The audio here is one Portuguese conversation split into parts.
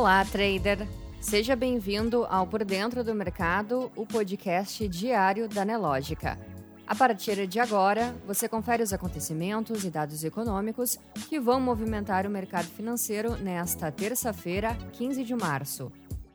Olá, trader! Seja bem-vindo ao Por Dentro do Mercado, o podcast diário da Nelógica. A partir de agora, você confere os acontecimentos e dados econômicos que vão movimentar o mercado financeiro nesta terça-feira, 15 de março.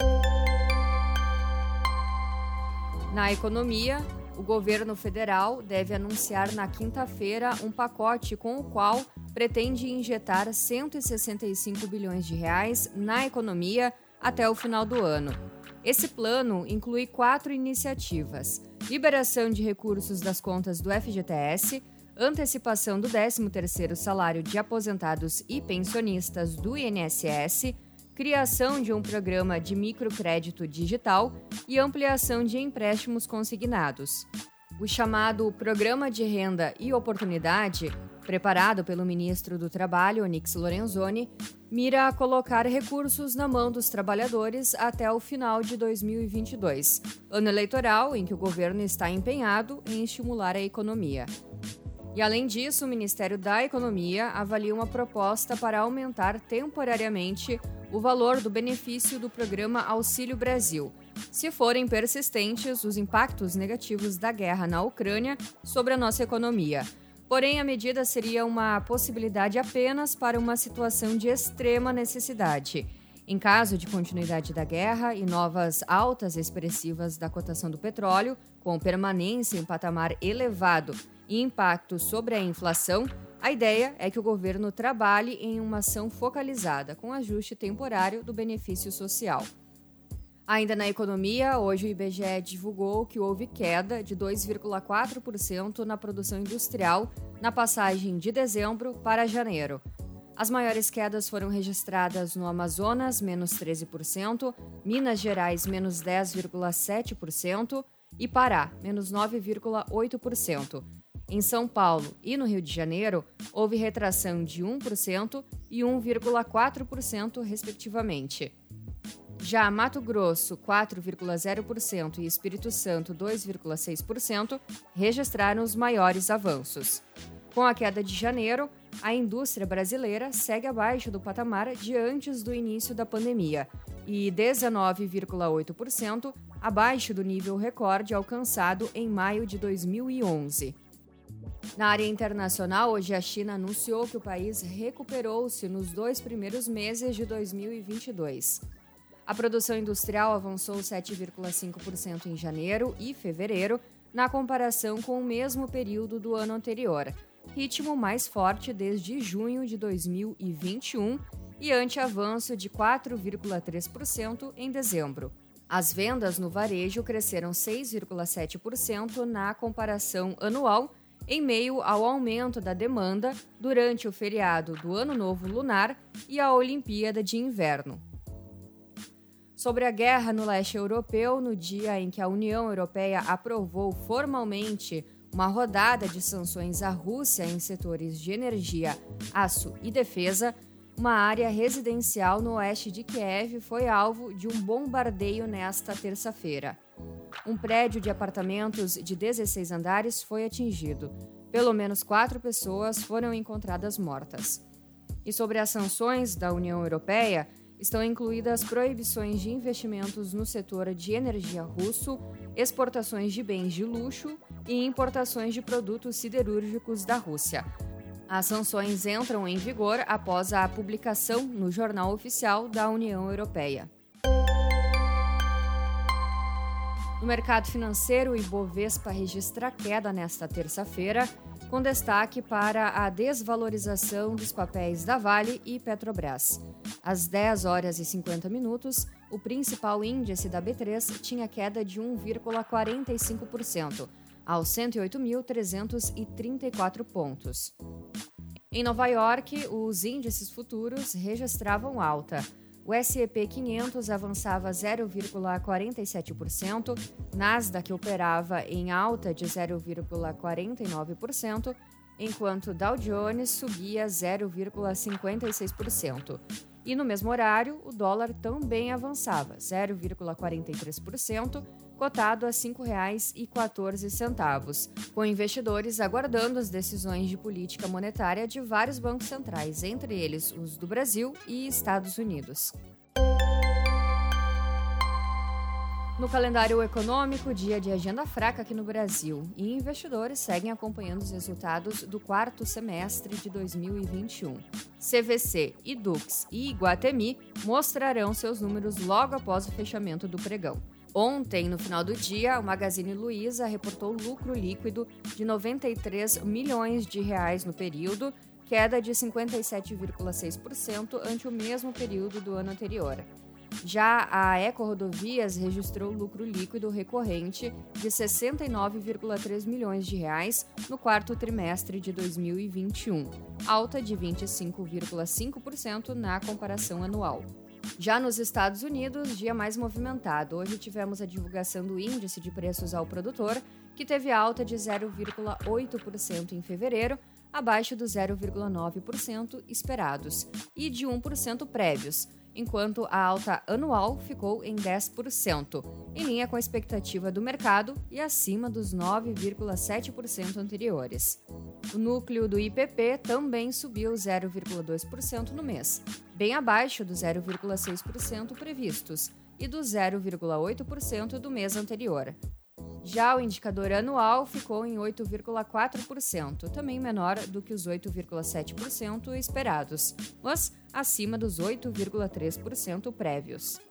Na economia, o governo federal deve anunciar na quinta-feira um pacote com o qual pretende injetar 165 bilhões de reais na economia até o final do ano. Esse plano inclui 4 iniciativas: liberação de recursos das contas do FGTS, antecipação do 13º salário de aposentados e pensionistas do INSS, criação de um programa de microcrédito digital e ampliação de empréstimos consignados. O chamado Programa de Renda e Oportunidade, preparado pelo ministro do Trabalho, Onyx Lorenzoni, mira a colocar recursos na mão dos trabalhadores até o final de 2022, ano eleitoral em que o governo está empenhado em estimular a economia. E, além disso, o Ministério da Economia avalia uma proposta para aumentar temporariamente o valor do benefício do programa Auxílio Brasil, se forem persistentes os impactos negativos da guerra na Ucrânia sobre a nossa economia. Porém, a medida seria uma possibilidade apenas para uma situação de extrema necessidade. Em caso de continuidade da guerra e novas altas expressivas da cotação do petróleo, com permanência em patamar elevado e impacto sobre a inflação, a ideia é que o governo trabalhe em uma ação focalizada com ajuste temporário do benefício social. Ainda na economia, hoje o IBGE divulgou que houve queda de 2,4% na produção industrial na passagem de dezembro para janeiro. As maiores quedas foram registradas no Amazonas, menos 13%, Minas Gerais, menos 10,7% e Pará, menos 9,8%. Em São Paulo e no Rio de Janeiro, houve retração de 1% e 1,4%, respectivamente. Já Mato Grosso, 4,0% e Espírito Santo, 2,6%, registraram os maiores avanços. Com a queda de janeiro, a indústria brasileira segue abaixo do patamar de antes do início da pandemia e 19,8% abaixo do nível recorde alcançado em maio de 2011. Na área internacional, hoje a China anunciou que o país recuperou-se nos 2 primeiros meses de 2022. A produção industrial avançou 7,5% em janeiro e fevereiro, na comparação com o mesmo período do ano anterior, ritmo mais forte desde junho de 2021 e ante-avanço de 4,3% em dezembro. As vendas no varejo cresceram 6,7% na comparação anual, em meio ao aumento da demanda durante o feriado do Ano Novo Lunar e a Olimpíada de Inverno. Sobre a guerra no leste europeu, no dia em que a União Europeia aprovou formalmente uma rodada de sanções à Rússia em setores de energia, aço e defesa, uma área residencial no oeste de Kiev foi alvo de um bombardeio nesta terça-feira. Um prédio de apartamentos de 16 andares foi atingido. Pelo menos 4 pessoas foram encontradas mortas. E sobre as sanções da União Europeia, estão incluídas proibições de investimentos no setor de energia russo, exportações de bens de luxo e importações de produtos siderúrgicos da Rússia. As sanções entram em vigor após a publicação no Jornal Oficial da União Europeia. No mercado financeiro, o Ibovespa registra queda nesta terça-feira, com destaque para a desvalorização dos papéis da Vale e Petrobras. Às 10 horas e 50 minutos, o principal índice da B3 tinha queda de 1,45%, aos 108.334 pontos. Em Nova York, os índices futuros registravam alta. O S&P 500 avançava 0,47%, Nasdaq operava em alta de 0,49%, enquanto Dow Jones subia 0,56%. E no mesmo horário, o dólar também avançava 0,43%, cotado a R$ 5,14, com investidores aguardando as decisões de política monetária de vários bancos centrais, entre eles os do Brasil e Estados Unidos. No calendário econômico, dia de agenda fraca aqui no Brasil, e investidores seguem acompanhando os resultados do quarto semestre de 2021. CVC, Yduqs e Iguatemi mostrarão seus números logo após o fechamento do pregão. Ontem, no final do dia, o Magazine Luiza reportou lucro líquido de R$ 93 milhões no período, queda de 57,6% ante o mesmo período do ano anterior. Já a Eco Rodovias registrou lucro líquido recorrente de R$ 69,3 milhões no quarto trimestre de 2021, alta de 25,5% na comparação anual. Já nos Estados Unidos, dia mais movimentado. Hoje tivemos a divulgação do índice de preços ao produtor, que teve alta de 0,8% em fevereiro, abaixo dos 0,9% esperados, e de 1% prévios, enquanto a alta anual ficou em 10%, em linha com a expectativa do mercado e acima dos 9,7% anteriores. O núcleo do IPP também subiu 0,2% no mês, bem abaixo dos 0,6% previstos e do 0,8% do mês anterior. Já o indicador anual ficou em 8,4%, também menor do que os 8,7% esperados, mas acima dos 8,3% prévios.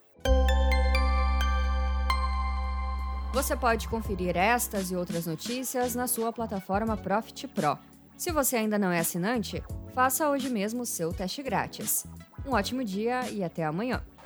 Você pode conferir estas e outras notícias na sua plataforma Profit Pro. Se você ainda não é assinante, faça hoje mesmo o seu teste grátis. Um ótimo dia e até amanhã!